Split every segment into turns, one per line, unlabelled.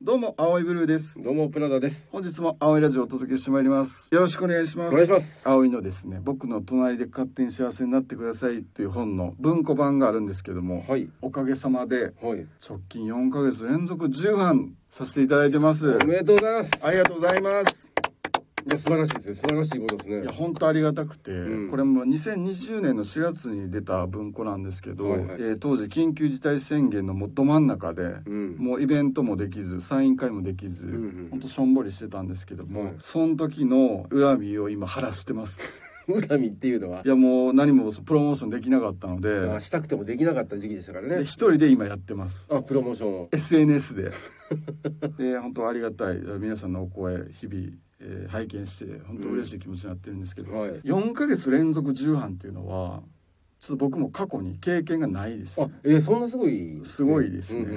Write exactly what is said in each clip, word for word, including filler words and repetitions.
どうも青いブルーです。
どうもプラダです。
本日も青いラジオをお届けしてまいります。よろしくお願いします。
お願いします。
青いのですね、僕の隣で勝手に幸せになってくださいという本の文庫版があるんですけども、
はい、
おかげさまで
はい、
直近よんかげつ連続じゅうはんさせていただいてます。
おめでとうございます。
ありがとうございます。
いや素晴らしいですね。素晴らしいことですね。
いや本当ありがたくて、
うん、
これもにせんにじゅうねんのしがつに出た文庫なんですけど、
はいはい、
えー、当時緊急事態宣言のもど真ん中で、うん、もうイベントもできずサイン会もできず、うんうん、ほんとしょんぼりしてたんですけども、はい、その時の恨みを今晴らしてます
恨みっていうのは、
いやもう何もプロモーションできなかったので、
あしたくてもできなかった時期でしたからね。
一人で今やってます。
あ、プロモーションを
エスエヌエス でで本当ありがたい皆さんのお声日々えー、拝見して本当嬉しい気持ちになってるんですけど、うんはい、よんかげつ連続じゅうはんっていうのはちょっと僕も過去に経験がないです、ね、
あ、えー、そんなすごい、ね、
すごいですね、うんうんうん、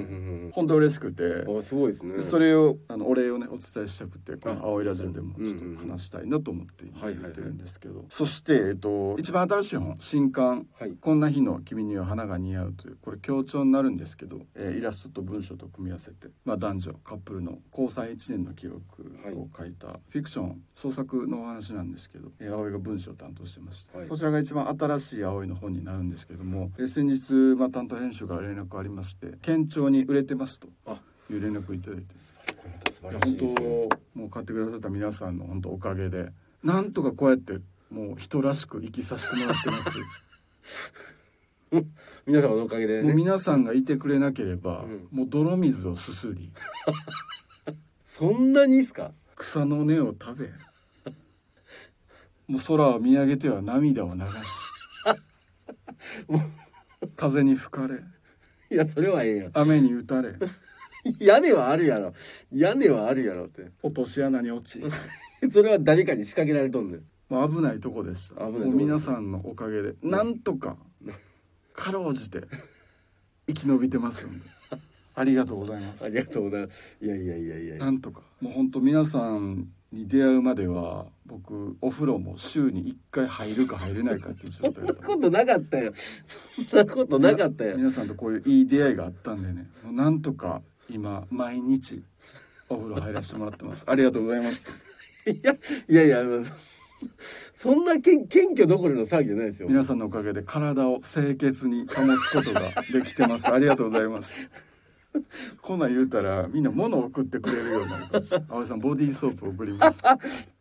本当嬉しくて、
あすごいですね。
それをあのお礼をねお伝えしたくてこの青いラジオでもちょっと話したいなと思って言ってるんですけど、そして、えっと、一番新しい本新刊、はい、こんな日の君には花が似合うというこれ強調になるんですけど、えー、イラストと文章と組み合わせて、まあ、男女カップルの交際いちねんの記録を書いたフィクション創作のお話なんですけど、えー、葵が文章を担当してました、はい、こちらが一番新しい葵の本になるんですけども、えー、先日、まあ、担当編集から連絡ありまして堅調に売れてますという連絡をいただいて、本当もう買ってくださった皆さんの本当おかげでなんとかこうやってもう人らしく生きさせてもらってます
皆様のおかげで、ね、
もう皆さんがいてくれなければ、うん、もう泥水をすすり
そんなにいいっすか。
草の根を食べもう空を見上げては涙を流しもう風に吹かれ
いやそれはええやん。
雨に打たれ
屋根はあるやろ屋根はあるやろって
落とし穴に落ち
それは誰かに仕掛けられとんねん。
もう危ないとこでした。もう皆さんのおかげで、うん、なんとかかろうじて生き延びてますんでありがとうございます。
ありがとうございます。いやいやいやいや
なんとかもう本当皆さんに出会うまでは僕お風呂も週にいっかい入るか入れないかっていう状態だった。
そんなことなかったよ。そんなことなかったよ。
皆さんとこういういい出会いがあったんでね、もうなんとか今毎日お風呂入らせてもらってます。ありがとうございます。
いやいやいやそんな謙虚どころの騒ぎじゃないですよ。
皆さんのおかげで体を清潔に保つことができてます。ありがとうございます。こんなん言うたらみんな物を送ってくれるようになるかもしれない。青井さんボディーソープ送ります